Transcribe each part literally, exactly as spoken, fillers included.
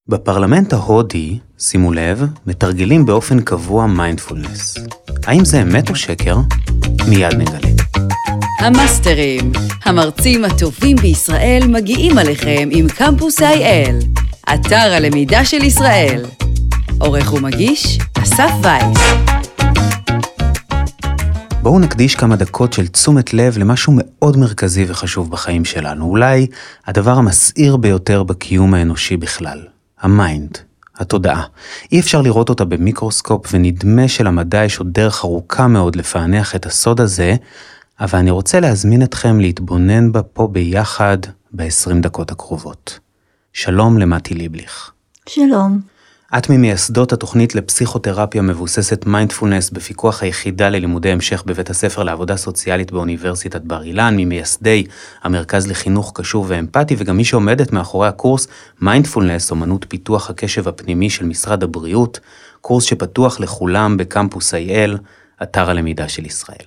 בפרלמנט ההודי, שימו לב, מתרגלים באופן קבוע מיינדפולנס. האם זה אמת או שקר? מיד נגלה. המאסטרים, המרצים הטובים בישראל מגיעים עליכם עם קמפוס איי אל, אתר הלמידה של ישראל. עורך ומגיש, אסף וייס. בואו נקדיש כמה דקות של תשומת לב למשהו מאוד מרכזי וחשוב בחיים שלנו. אולי הדבר המסעיר ביותר בקיום האנושי בכלל. המיינד, התודעה. אי אפשר לראות אותה במיקרוסקופ, ונדמה שלמדע יש עוד דרך ארוכה מאוד לפענח את הסוד הזה, אבל אני רוצה להזמין אתכם להתבונן בה פה ביחד ב-עשרים דקות הקרובות. שלום למתי ליבליך. שלום. את ממייסדות התוכנית לפסיכותרפיה מבוססת מיינדפולנס בפיקוח היחידה ללימודי המשך בבית הספר לעבודה סוציאלית באוניברסיטת בר אילן, ממייסדי המרכז לחינוך קשוב ואמפתי, וגם מי שעומדת מאחורי הקורס מיינדפולנס, אומנות פיתוח הקשב הפנימי של משרד הבריאות, קורס שפתוח לכולם בקמפוס איי אל, אתר הלמידה של ישראל.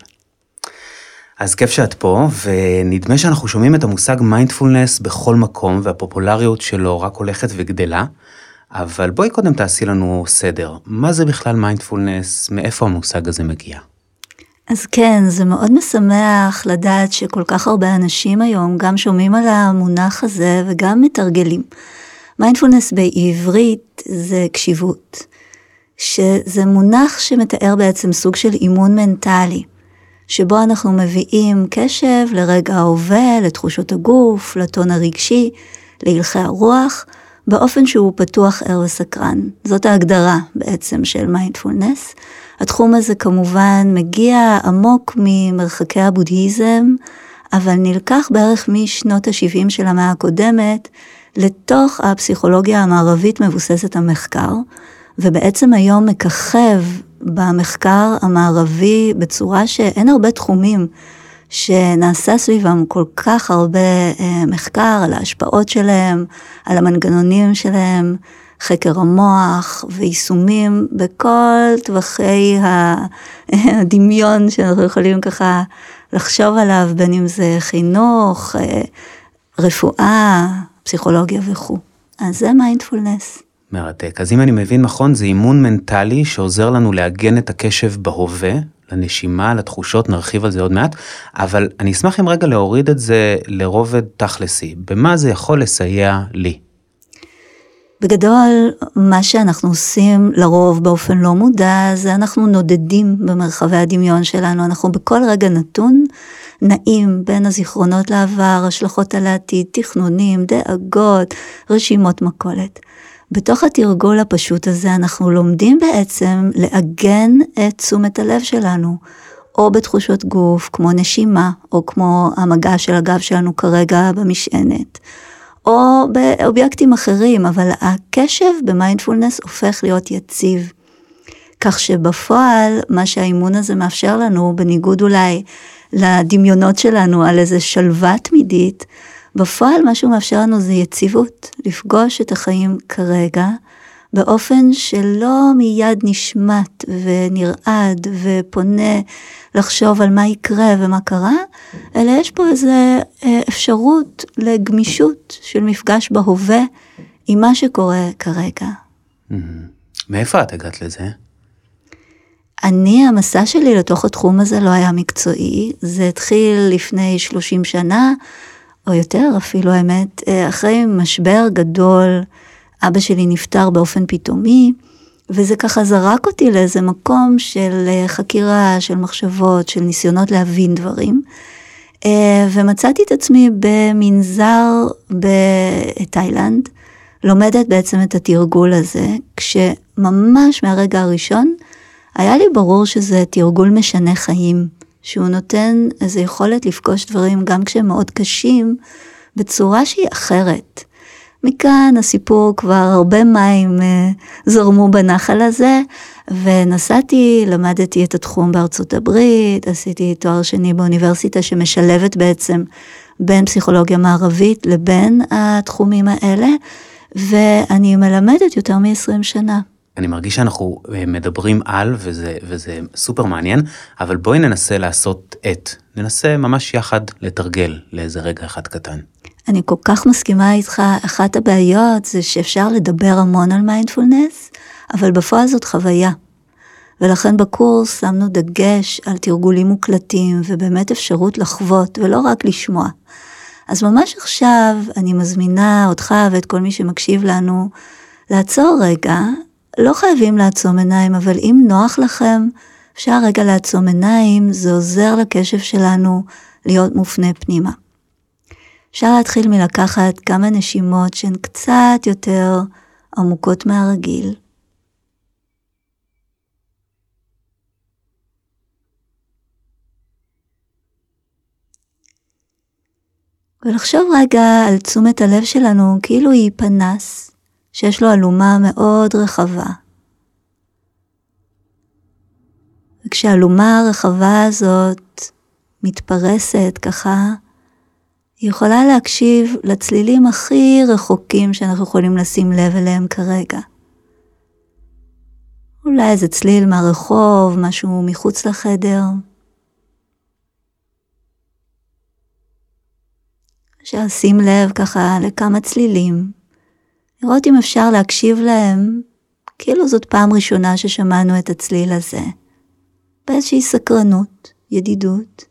אז כיף שאת פה, ונדמה שאנחנו שומעים את המושג מיינדפולנס בכל מקום, והפופולריות שלו רק הולכת וגדלה, אבל בואי קודם תעשי לנו סדר. מה זה בכלל מיינדפולנס? מאיפה המושג הזה מגיע? אז כן, זה מאוד משמח לדעת שכל כך הרבה אנשים היום גם שומעים על המונח הזה וגם מתרגלים. מיינדפולנס בעברית זה קשיבות, שזה מונח שמתאר בעצם סוג של אימון מנטלי, שבו אנחנו מביאים קשב לרגע ההווה, לתחושות הגוף, לטון הרגשי, להלכי הרוח, באופן שהוא פתוח, ער וסקרן. זאת ההגדרה בעצם של מיינדפולנס. התחום הזה כמובן מגיע עמוק ממרחקי הבודהיזם, אבל נלקח בערך משנות ה-שבעים של המאה הקודמת, לתוך הפסיכולוגיה המערבית מבוססת המחקר, ובעצם היום מככב במחקר המערבי בצורה שאין הרבה תחומים, שנעשה סביבם כל כך הרבה אה, מחקר על ההשפעות שלהם, על המנגנונים שלהם, חקר המוח ויישומים בכל טווחי הדמיון שאנחנו יכולים ככה לחשוב עליו, בין אם זה חינוך, אה, רפואה, פסיכולוגיה וכו'. אז זה מיינדפולנס. מרתק. אז אם אני מבין נכון, זה אימון מנטלי שעוזר לנו לעגן את הקשב בהווה, לנשימה, לתחושות, נרחיב על זה עוד מעט, אבל אני אשמח אם רגע להוריד את זה לרובד תכלסי. במה זה יכול לסייע לי? בגדול, מה שאנחנו עושים לרוב באופן לא מודע, זה אנחנו נודדים במרחבי הדמיון שלנו, אנחנו בכל רגע נתון נעים בין הזיכרונות לעבר, השלכות על העתיד, תכנונים, דאגות, רשימות מכולת. בתוך התרגול הפשוט הזה אנחנו לומדים בעצם לעגן את תשומת הלב שלנו, או בתחושות גוף כמו נשימה, או כמו המגע של הגב שלנו כרגע במשענת, או באובייקטים אחרים, אבל הקשב במיינדפולנס הופך להיות יציב. כך שבפועל מה שהאימון הזה מאפשר לנו, בניגוד אולי לדמיונות שלנו על איזה שלווה תמידית, בפועל מה שהוא מאפשר לנו זה יציבות, לפגוש את החיים כרגע, באופן שלא מיד נשמט ונרעד ופונה לחשוב על מה יקרה ומה קרה, אלא יש פה איזו אפשרות לגמישות של מפגש בהווה עם מה שקורה כרגע. מאיפה את הגעת לזה? אני, המסע שלי לתוך התחום הזה לא היה מקצועי, זה התחיל לפני שלושים שנה, או יותר אפילו האמת, אחרי משבר גדול, אבא שלי נפטר באופן פתאומי, וזה ככה זרק אותי לאיזה מקום של חקירה, של מחשבות, של ניסיונות להבין דברים, ומצאתי את עצמי במנזר בתאילנד, לומדת בעצם את התרגול הזה, כשממש מהרגע הראשון, היה לי ברור שזה תרגול משנה חיים, שהוא נותן איזו יכולת לפגוש דברים גם כשהם מאוד קשים, בצורה שהיא אחרת. מכאן הסיפור כבר הרבה מים זרמו בנחל הזה, ונסעתי, למדתי את התחום בארצות הברית, עשיתי תואר שני באוניברסיטה שמשלבת בעצם בין פסיכולוגיה מערבית לבין התחומים האלה, ואני מלמדת יותר מ-עשרים שנה. אני מרגיש שאנחנו מדברים על, וזה, וזה סופר מעניין, אבל בואי ננסה לעשות את, ננסה ממש יחד לתרגל לאיזה רגע אחד קטן. אני כל כך מסכימה איתך, אחת הבעיות זה שאפשר לדבר המון על מיינדפולנס, אבל בפועל זאת חוויה. ולכן בקורס שמנו דגש על תרגולים מוקלטים, ובאמת אפשרות לחוות, ולא רק לשמוע. אז ממש עכשיו אני מזמינה אותך ואת כל מי שמקשיב לנו, לעצור רגע, לא חייבים לעצום עיניים, אבל אם נוח לכם, אפשר רגע לעצום עיניים, זה עוזר לקשב שלנו להיות מופנה פנימה. אפשר להתחיל מלקחת כמה נשימות שהן קצת יותר עמוקות מהרגיל. ולחשוב רגע על תשומת הלב שלנו כאילו היא פנס, שיש לו אלומה מאוד רחבה. וכשהאלומה הרחבה הזאת מתפרסת ככה, היא יכולה להקשיב לצלילים הכי רחוקים שאנחנו יכולים לשים לב אליהם כרגע. אולי איזה צליל מהרחוב, משהו מחוץ לחדר. אפשר לשים לב ככה לכמה צלילים, לראות אם אפשר להקשיב להם, כאילו זאת פעם ראשונה ששמענו את הצליל הזה, באיזושהי סקרנות, ידידות.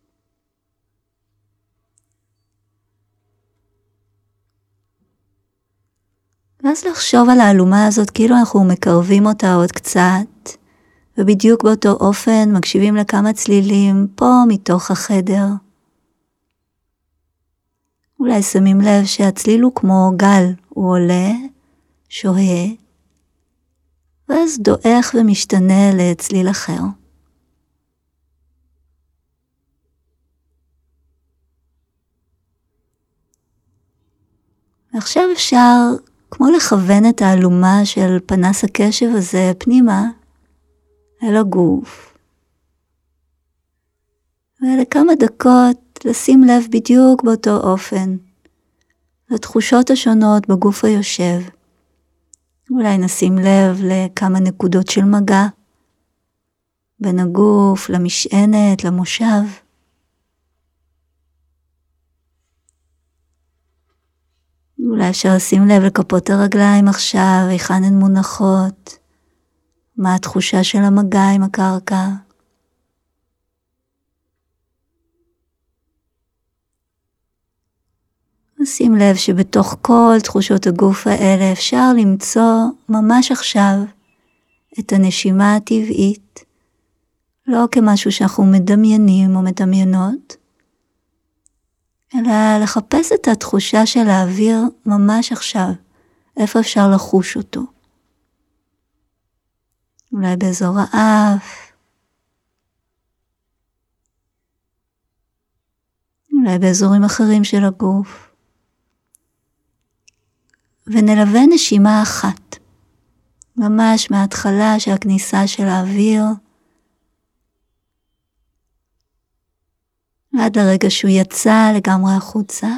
ואז לחשוב על האלומה הזאת כאילו אנחנו מקרבים אותה עוד קצת, ובדיוק באותו אופן מקשיבים לכמה צלילים פה מתוך החדר. אולי שמים לב שהצליל הוא כמו גל, הוא עולה, שוהה, ואז דועך ומשתנה לצליל אחר. ועכשיו אפשר כמו לכוון את האלומה של פנס הקשב הזה פנימה אל הגוף. ולכמה דקות לשים לב בדיוק באותו אופן, לתחושות השונות בגוף היושב. אולי נשים לב לכמה נקודות של מגע, בין הגוף למשענת, למושב. אולי אפשר לשים לב לכפות הרגליים עכשיו, היכן הן מונחות, מה התחושה של המגע עם הקרקע. שים לב שבתוך כל תחושות הגוף האלה אפשר למצוא ממש עכשיו את הנשימה הטבעית, לא כמשהו שאנחנו מדמיינים או מדמיינות, אלא לחפש את התחושה של האוויר ממש עכשיו, איפה אפשר לחוש אותו. אולי באזור האף, אולי באזורים אחרים של הגוף. ונלווה נשימה אחת, ממש מההתחלה של הכניסה של האוויר, עד לרגע שהוא יצא לגמרי החוצה.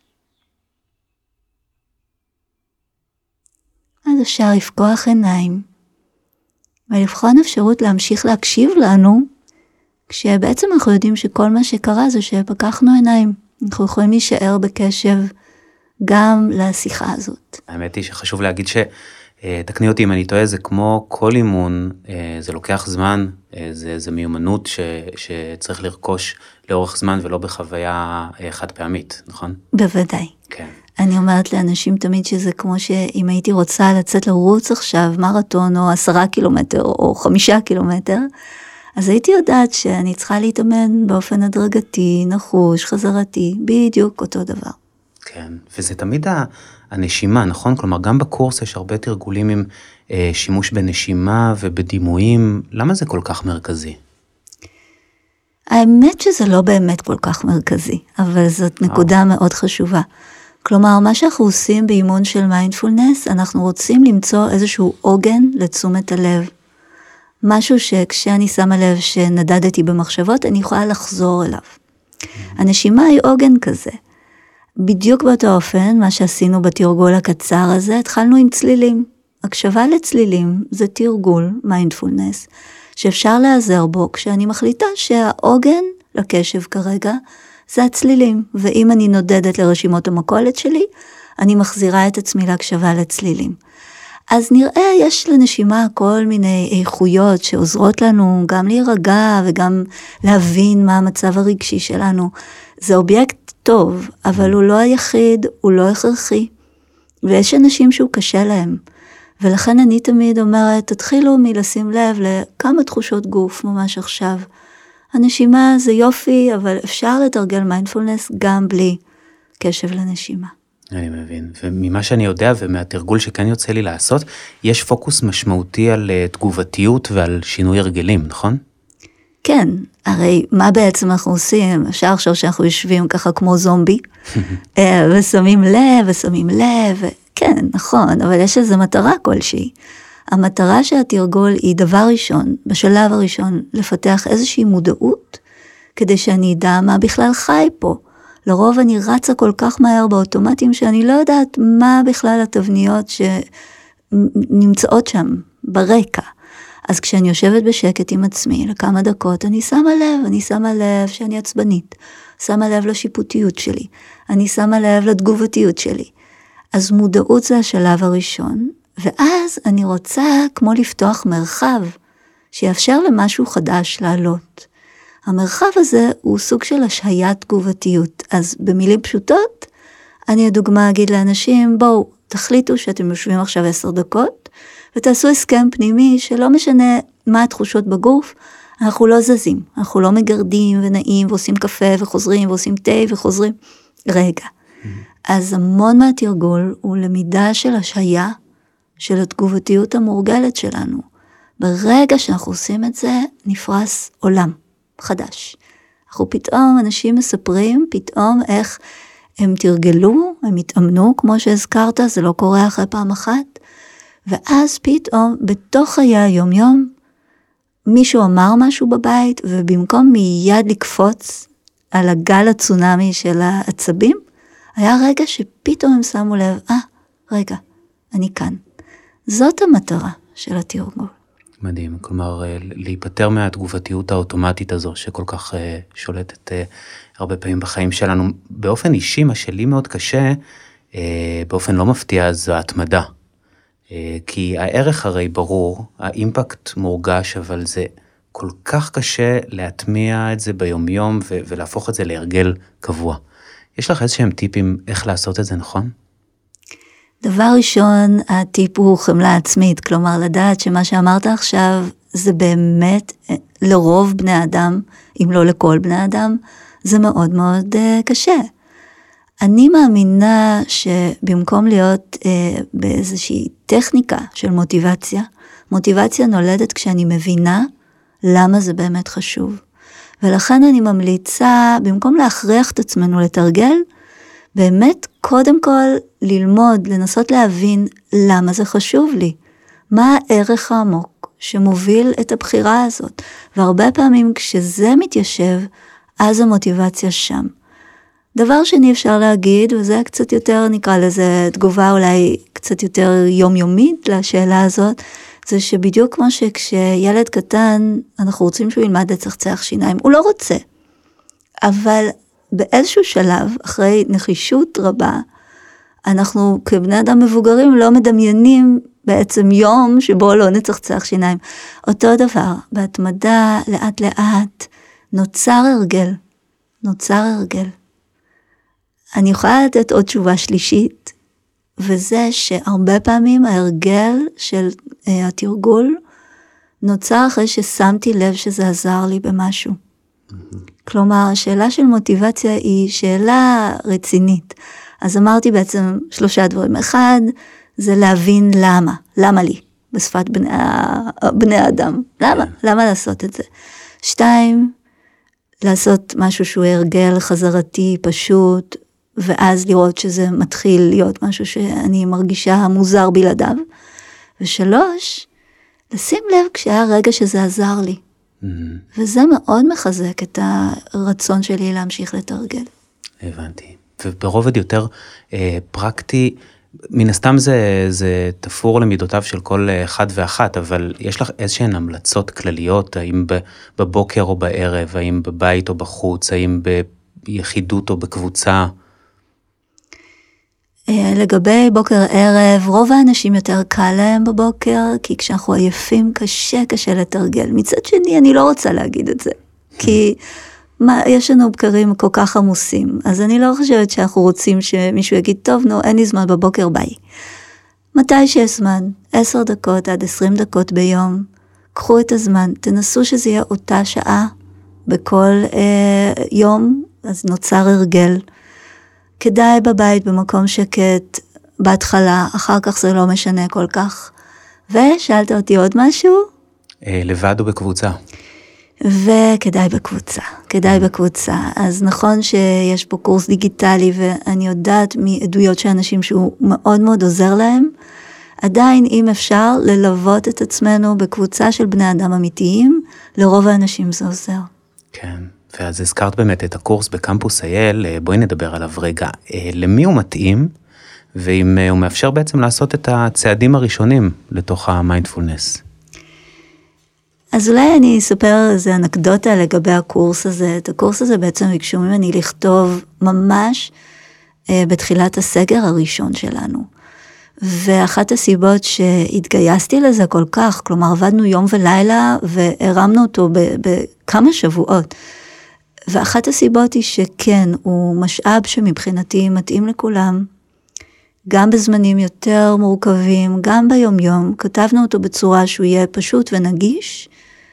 אז אפשר לפקוח עיניים, ולבחון אפשרות להמשיך להקשיב לנו, כשבעצם אנחנו יודעים שכל מה שקרה זה שפקחנו עיניים. אנחנו יכולים להישאר בקשב גם לשיחה הזאת. האמת היא שחשוב להגיד ש... תקני אותי אם אני טועה, זה כמו כל אימון, זה לוקח זמן, זה, זה מיומנות ש, שצריך לרכוש לאורך זמן ולא בחוויה חד פעמית, נכון? בוודאי. כן. אני אומרת לאנשים תמיד שזה כמו שאם הייתי רוצה לצאת לרוץ עכשיו, מרתון או עשרה קילומטר או חמישה קילומטר, אז הייתי יודעת שאני צריכה להתאמן באופן הדרגתי, נחוש, חזרתי, בדיוק אותו דבר. כן, וזה תמיד הנשימה, נכון? כלומר, גם בקורס יש הרבה תרגולים עם אה, שימוש בנשימה ובדימויים. למה זה כל כך מרכזי? האמת שזה לא באמת כל כך מרכזי, אבל זאת נקודה מאוד חשובה. כלומר, מה שאנחנו עושים באימון של מיינדפולנס, אנחנו רוצים למצוא איזשהו עוגן לתשומת הלב. משהו שכשאני שמה לב שנדדתי במחשבות, אני יכולה לחזור אליו. הנשימה היא עוגן כזה. בדיוק באותו אופן, מה שעשינו בתרגול הקצר הזה, התחלנו עם צלילים. הקשבה לצלילים זה תרגול מיינדפולנס, שאפשר להיעזר בו כשאני מחליטה שהעוגן לקשב כרגע זה הצלילים, ואם אני נודדת לרשימות המקולת שלי, אני מחזירה את עצמי להקשבה לצלילים. אז נראה, יש לנשימה כל מיני איכויות שעוזרות לנו גם להירגע וגם להבין מה המצב הרגשי שלנו. זה אובייקט טוב, אבל הוא לא היחיד, הוא לא הכרחי. ויש אנשים שהוא קשה להם. ולכן אני תמיד אומרת, תתחילו מלשים לב לכמה תחושות גוף ממש עכשיו. הנשימה זה יופי, אבל אפשר לתרגל מיינדפולנס גם בלי קשב לנשימה. אני מבין, וממה שאני יודע ומהתרגול שכן יוצא לי לעשות, יש פוקוס משמעותי על תגובתיות ועל שינוי הרגלים, נכון? כן, הרי מה בעצם אנחנו עושים? אפשר עכשיו שאנחנו יושבים ככה כמו זומבי, ושמים לב ושמים לב, כן, נכון, אבל יש איזו מטרה כלשהי. המטרה של התרגול היא דבר ראשון, בשלב הראשון, לפתח איזושהי מודעות, כדי שאני אדע מה בכלל חי פה. לרוב אני רצה כל כך מהר באוטומטים, שאני לא יודעת מה בכלל התבניות שנמצאות שם ברקע. אז כשאני יושבת בשקט עם עצמי, לכמה דקות, אני שמה לב, אני שמה לב שאני עצבנית, שמה לב לשיפוטיות שלי, אני שמה לב לתגובתיות שלי. אז מודעות זה השלב הראשון, ואז אני רוצה כמו לפתוח מרחב, שיאפשר למשהו חדש לעלות. המרחב הזה הוא סוג של השהיית תגובתיות, אז במילים פשוטות, אני הדוגמה אגיד לאנשים, בואו, תחליטו שאתם יושבים עכשיו עשר דקות, ותעשו הסכם פנימי שלא משנה מה התחושות בגוף, אנחנו לא זזים, אנחנו לא מגרדים ונעים, ועושים קפה וחוזרים, ועושים תה וחוזרים. רגע, אז המון מהתרגול הוא למידה של השהיה, של התגובתיות המורגלת שלנו. ברגע שאנחנו עושים את זה, נפרס עולם חדש. אנחנו פתאום, אנשים מספרים פתאום איך הם תרגלו, הם התאמנו, כמו שהזכרת, זה לא קורה אחרי פעם אחת, ואז פתאום, בתוך חיי היום-יום, מישהו אמר משהו בבית, ובמקום מיד לקפוץ על הגל הצונמי של העצבים, היה רגע שפתאום הם שמו לב, אה, רגע, אני כאן. זאת המטרה של התרגול. מדהים, כלומר, להיפטר מהתגובתיות האוטומטית הזו, שכל כך שולטת הרבה פעמים בחיים שלנו. באופן אישי, מה שלי מאוד קשה, באופן לא מפתיע, זו ההתמדה. כי הערך הרי ברור, האימפקט מורגש, אבל זה כל כך קשה להטמיע את זה ביומיום, ולהפוך את זה להרגל קבוע. יש לך איזשהם טיפים איך לעשות את זה, נכון? דבר ראשון, הטיפ הוא חמלה עצמית, כלומר לדעת שמה שאמרת עכשיו, זה באמת לרוב בני אדם, אם לא לכל בני אדם, זה מאוד מאוד uh, קשה. אני מאמינה שבמקום להיות uh, באיזושהי טכניקה של מוטיבציה, מוטיבציה נולדת כשאני מבינה למה זה באמת חשוב. ולכן אני ממליצה, במקום להכריח את עצמנו לתרגל, באמת קודם כל ללמוד, לנסות להבין למה זה חשוב לי. מה הערך העמוק שמוביל את הבחירה הזאת. והרבה פעמים כשזה מתיישב, אז המוטיבציה שם. דבר שני אפשר להגיד, וזה קצת יותר נקרא לזה תגובה אולי קצת יותר יומיומית לשאלה הזאת, זה שבדיוק כמו שכשילד קטן אנחנו רוצים שהוא ילמד לצחצח שיניים, הוא לא רוצה. אבל באיזשהו שלב, אחרי נחישות רבה, אנחנו כבני אדם מבוגרים לא מדמיינים בעצם יום שבו לא נצחצח שיניים. אותו דבר, בהתמדה לאט לאט, נוצר הרגל, נוצר הרגל. אני יכולה לתת עוד תשובה שלישית, וזה שהרבה פעמים ההרגל של uh, התרגול, נוצר אחרי ששמתי לב שזה עזר לי במשהו. כלומר, השאלה של מוטיבציה היא שאלה רצינית. אז אמרתי בעצם שלושה דברים. אחד, זה להבין למה. למה לי? בשפת בני, בני האדם. למה? למה לעשות את זה? שתיים, לעשות משהו שהוא הרגל חזרתי, פשוט, ואז לראות שזה מתחיל להיות משהו שאני מרגישה מוזר בלעדיו. ושלוש, לשים לב כשהיה רגע שזה עזר לי. וזה מאוד מחזק את הרצון שלי להמשיך לתרגל. הבנתי. וברובד יותר אה, פרקטי, מן הסתם זה, זה תפור למידותיו של כל אחד ואחת, אבל יש לך איזשהן המלצות כלליות, האם בבוקר או בערב, האם בבית או בחוץ, האם ביחידות או בקבוצה? לגבי בוקר ערב, רוב האנשים יותר קל להם בבוקר, כי כשאנחנו עייפים קשה קשה לתרגל. מצד שני, אני לא רוצה להגיד את זה, כי מה, יש לנו בקרים כל כך עמוסים, אז אני לא חושבת שאנחנו רוצים שמישהו יגיד, טוב, נו, אין לי זמן בבוקר, ביי. מתי שיש זמן, עשר דקות עד עשרים דקות ביום, קחו את הזמן, תנסו שזה יהיה אותה שעה בכל אה, יום, אז נוצר הרגל. כדאי בבית במקום שקט, בהתחלה, אחר כך זה לא משנה כל כך. ושאלת אותי עוד משהו? אה, לבד או בקבוצה? וכדאי בקבוצה, כדאי בקבוצה. אז נכון שיש פה קורס דיגיטלי, ואני יודעת מעדויות של אנשים שהוא מאוד מאוד עוזר להם, עדיין אם אפשר ללוות את עצמנו בקבוצה של בני אדם אמיתיים, לרוב האנשים זה עוזר. כן, ואז הזכרת באמת את הקורס בקמפוס אייל, בואי נדבר עליו רגע. למי הוא מתאים, ואם הוא מאפשר בעצם לעשות את הצעדים הראשונים לתוך המיינדפולנס? אז אולי אני אספר איזה אנקדוטה לגבי הקורס הזה. את הקורס הזה בעצם ביקשו ממני לכתוב ממש אה, בתחילת הסגר הראשון שלנו. ואחת הסיבות שהתגייסתי לזה כל כך, כלומר עבדנו יום ולילה והרמנו אותו בכמה שבועות. ואחת הסיבות היא שכן, הוא משאב שמבחינתי מתאים לכולם, גם בזמנים יותר מורכבים, גם ביום יום, כתבנו אותו בצורה שהוא יהיה פשוט ונגיש.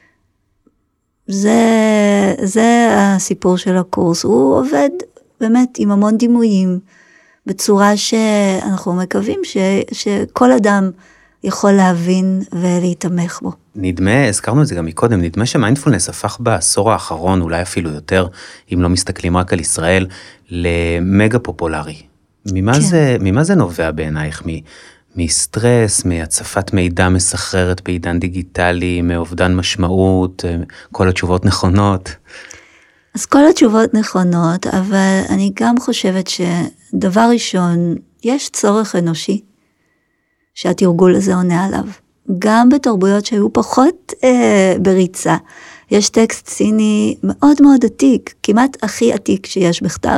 זה, זה הסיפור של הקורס, הוא עובד באמת עם המון דימויים, בצורה שאנחנו מקווים ש, שכל אדם יכול להבין ולהתמך בו. נדמה, הזכרנו את זה גם מקודם, נדמה שמיינדפולנס הפך בעשור האחרון, אולי אפילו יותר, אם לא מסתכלים רק על ישראל, למגה פופולרי. ממה, כן. זה, ממה זה נובע בעינייך? מ, מסטרס, מהצפת מידע מסחררת בעידן דיגיטלי, מאובדן משמעות, כל התשובות נכונות? אז כל התשובות נכונות, אבל אני גם חושבת שדבר ראשון, יש צורך אנושי, שהתרגול הזה עונה עליו. גם בתרבויות שהיו פחות אה, בריצה. יש טקסט סיני מאוד מאוד עתיק, כמעט הכי עתיק שיש בכתב,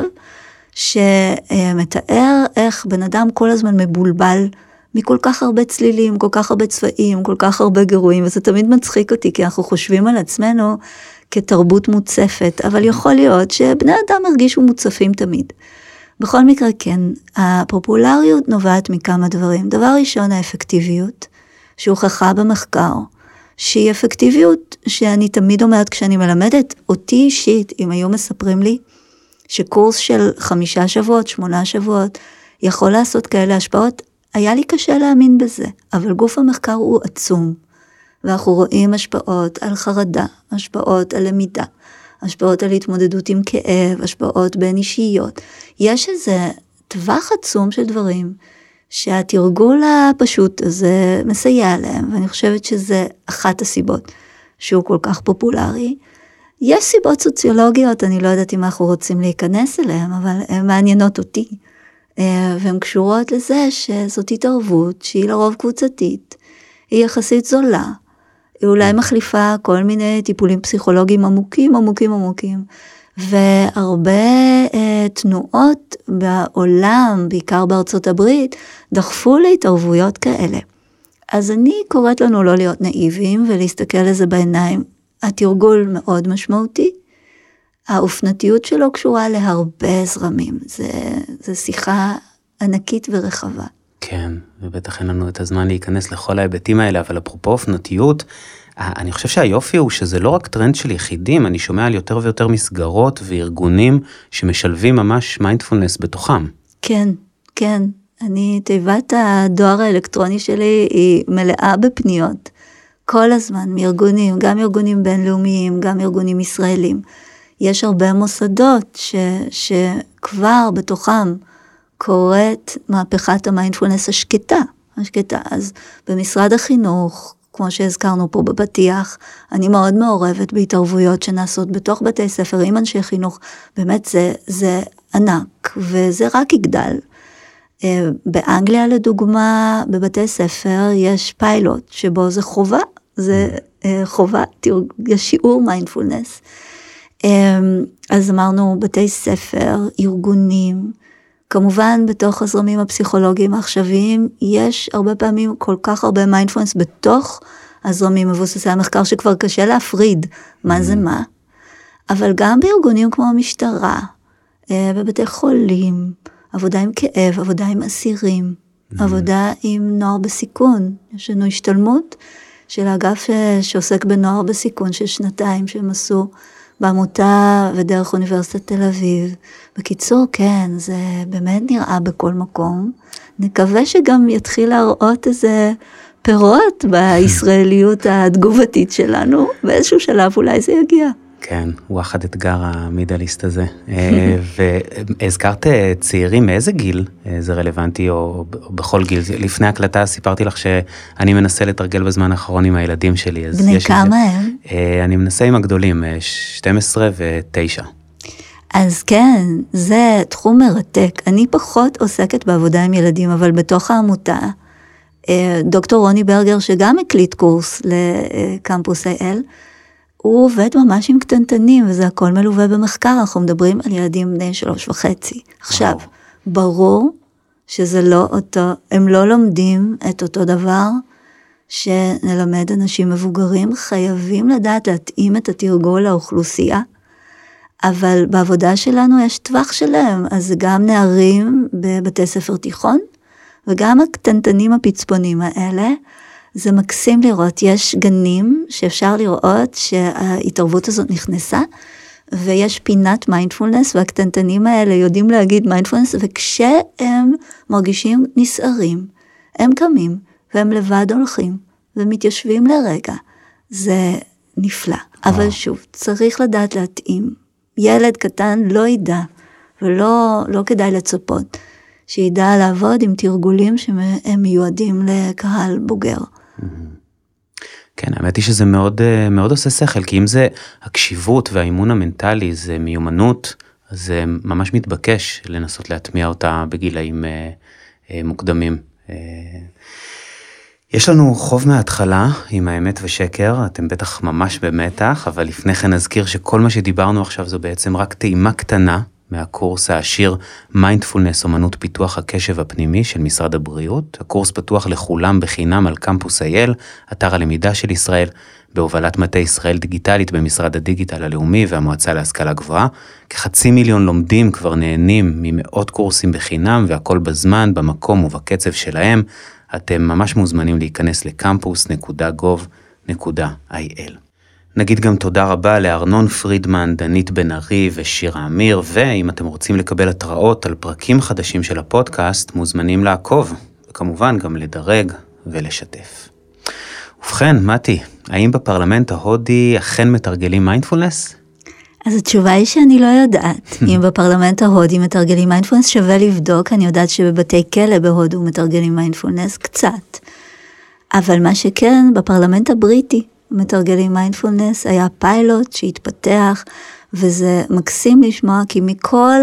שמתאר איך בן אדם כל הזמן מבולבל, מכל כך הרבה צלילים, כל כך הרבה צבעים, כל כך הרבה גירויים, וזה תמיד מצחיק אותי, כי אנחנו חושבים על עצמנו כתרבות מוצפת, אבל יכול להיות שבני אדם הרגישו מוצפים תמיד. בכל מקרה כן, הפופולריות נובעת מכמה דברים. דבר ראשון, האפקטיביות, שהוכחה במחקר, שהיא אפקטיביות שאני תמיד אומרת כשאני מלמדת, אותי אישית, אם היו מספרים לי, שקורס של חמישה שבועות, שמונה שבועות, יכול לעשות כאלה השפעות, היה לי קשה להאמין בזה, אבל גוף המחקר הוא עצום, ואנחנו רואים השפעות על חרדה, השפעות על למידה, השפעות על התמודדות עם כאב, השפעות בין אישיות. יש איזה טווח עצום של דברים, שהתרגול הפשוט הזה מסייע להם, ואני חושבת שזה אחת הסיבות שהוא כל כך פופולרי. יש סיבות סוציולוגיות, אני לא יודעת אם אנחנו רוצים להיכנס אליהן, אבל הן מעניינות אותי, והן קשורות לזה שזאת התערבות שהיא לרוב קבוצתית, היא יחסית זולה, היא אולי מחליפה כל מיני טיפולים פסיכולוגיים עמוקים, עמוקים, עמוקים, והרבה אה, תנועות בעולם, בעיקר בארצות הברית, דחפו להתערבויות כאלה. אז אני קוראת לנו לא להיות נאיבים ולהסתכל לזה בעיניים. התרגול מאוד משמעותי, האופנתיות שלו קשורה להרבה זרמים, זה, זה שיחה ענקית ורחבה. כן, ובטח אין לנו את הזמן להיכנס לכל ההיבטים האלה, אבל אפרופו אופנתיות, אני חושב שהיופי הוא שזה לא רק טרנד של יחידים, אני שומע על יותר ויותר מסגרות וארגונים שמשלבים ממש מיינדפולנס בתוכם. כן, כן, אני, תיבת הדואר האלקטרוני שלי היא מלאה בפניות, כל הזמן, מארגונים, גם ארגונים בינלאומיים, גם ארגונים ישראלים. יש הרבה מוסדות ש, שכבר בתוכם קורית מהפכת המיינדפולנס השקטה, השקטה. אז במשרד החינוך, כמו שהזכרנו פה בפתיח, אני מאוד מעורבת בהתערבויות שנעשות בתוך בתי ספר עם אנשי חינוך, באמת זה, זה ענק, וזה רק יגדל. באנגליה לדוגמה, בבתי ספר יש פיילוט שבו זה חובה, זה חובה, יש שיעור מיינדפולנס. אז אמרנו בתי ספר, ארגונים, כמובן בתוך הזרמים הפסיכולוגיים העכשוויים, יש הרבה פעמים כל כך הרבה מיינדפולנס בתוך הזרמים מבוססי המחקר, שכבר קשה להפריד מה זה מה, אבל גם בארגונים כמו המשטרה, בבתי חולים, עבודה עם כאב, עבודה עם אסירים, עבודה עם נוער בסיכון, יש לנו השתלמות של האגף שעוסק בנוער בסיכון של שנתיים שהם עשו, בעמותה ודרך אוניברסיטת תל אביב. בקיצור, כן, זה באמת נראה בכל מקום. נקווה שגם יתחיל להראות איזה פירות בישראליות התגובתית שלנו, באיזשהו שלב אולי זה יגיע. כן, הוא אחד אתגר המידליסט הזה. והזכרת צעירים, מאיזה גיל זה רלוונטי, או בכל גיל? לפני הקלטה סיפרתי לך שאני מנסה לתרגל בזמן האחרון עם הילדים שלי. בני כמה הם? אני מנסה עם הגדולים, שתים עשרה ותשע. אז כן, זה תחום מרתק. אני פחות עוסקת בעבודה עם ילדים, אבל בתוך העמותה, דוקטור רוני ברגר, שגם הקליט קורס לקמפוס איי אל, הוא עובד ממש עם קטנטנים, וזה הכל מלווה במחקר, אנחנו מדברים על ילדים בני שלוש וחצי. עכשיו, וואו. ברור שזה לא אותו, הם לא לומדים את אותו דבר, שנלמד אנשים מבוגרים, חייבים לדעת להתאים את התרגול לאוכלוסייה, אבל בעבודה שלנו יש טווח שלהם, אז גם נערים בבתי ספר תיכון, וגם הקטנטנים הפצפונים האלה, זה מקסים לראות, יש גנים שאפשר לראות שההתערבות הזאת נכנסה, ויש פינת מיינדפולנס, והקטנטנים האלה יודעים להגיד מיינדפולנס, וכשהם מרגישים נסערים, הם קמים, והם לבד הולכים, ומתיישבים לרגע, זה נפלא. אבל שוב, צריך לדעת להתאים. ילד קטן לא ידע, ולא לא כדאי לצפות, שידע לעבוד עם תרגולים שהם מיועדים לקהל בוגר. כן, האמת היא שזה מאוד, מאוד עושה שכל, כי אם זה הקשיבות והאימון המנטלי, זה מיומנות, אז זה ממש מתבקש לנסות להטמיע אותה בגילאים מוקדמים. יש לנו חוב מההתחלה עם האמת ושקר, אתם בטח ממש במתח, אבל לפני כן נזכיר שכל מה שדיברנו עכשיו זו בעצם רק טעימה קטנה, מהקורס העשיר מיינדפולנס, אומנות פיתוח הקשב הפנימי של משרד הבריאות. הקורס פתוח לכולם בחינם על קמפוס איי אל, אתר הלמידה של ישראל, בהובלת מטה ישראל דיגיטלית במשרד הדיגיטל הלאומי והמועצה להשכלה גבוהה. כחצי מיליון לומדים כבר נהנים ממאות קורסים בחינם, והכל בזמן, במקום ובקצב שלהם. אתם ממש מוזמנים להיכנס לקמפוס נקודה גוב נקודה איי אל. נגיד גם תודה רבה לארנון פרידמן, דנית בן ארי ושירה אמיר, ואם אתם רוצים לקבל התראות על פרקים חדשים של הפודקאסט, מוזמנים לעקוב, וכמובן גם לדרג ולשתף. ובכן, מתי, האם בפרלמנט ההודי אכן מתרגלים מיינדפולנס? אז התשובה היא שאני לא יודעת. אם בפרלמנט ההודי מתרגלים מיינדפולנס, שווה לבדוק. אני יודעת שבבתי כלא בהודו מתרגלים מיינדפולנס קצת. אבל מה שכן, בפרלמנט הבריטי, מתרגלים מיינדפולנס, היה פיילוט שהתפתח, וזה מקסים לשמוע, כי מכל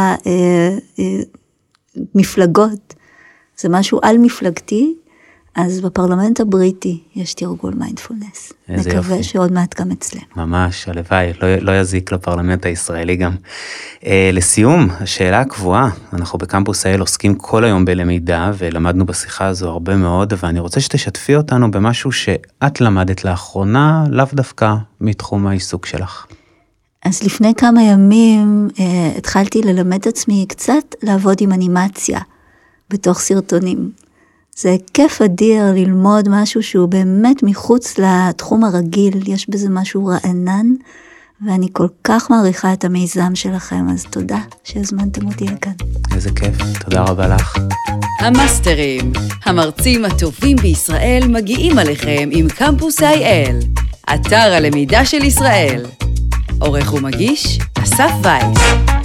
המפלגות, זה משהו על מפלגתי, אז בפרלמנט הבריטי יש תרגול מיינדפולנס. מקווה שעוד מעט גם אצלנו. ממש, הלוואי, לא, לא יזיק לפרלמנט הישראלי גם. אה, לסיום, השאלה הקבועה, אנחנו בקמפוס איי אל עוסקים כל היום בלמידה, ולמדנו בשיחה הזו הרבה מאוד, ואני רוצה שתשתפי אותנו במשהו שאת למדת לאחרונה, לאו דווקא מתחום העיסוק שלך. אז לפני כמה ימים אה, התחלתי ללמד עצמי קצת לעבוד עם אנימציה, בתוך סרטונים. זה כיף אדיר ללמוד משהו שהוא באמת מחוץ לתחום הרגיל, יש בזה משהו רענן, ואני כל כך מעריכה את המיזם שלכם, אז תודה שהזמנתם אותי לכאן. איזה כיף, תודה רבה לך. המאסטרים, המרצים הטובים בישראל מגיעים עליכם עם קמפוס איי אל, אתר הלמידה של ישראל. עורך ומגיש, אסף וייס.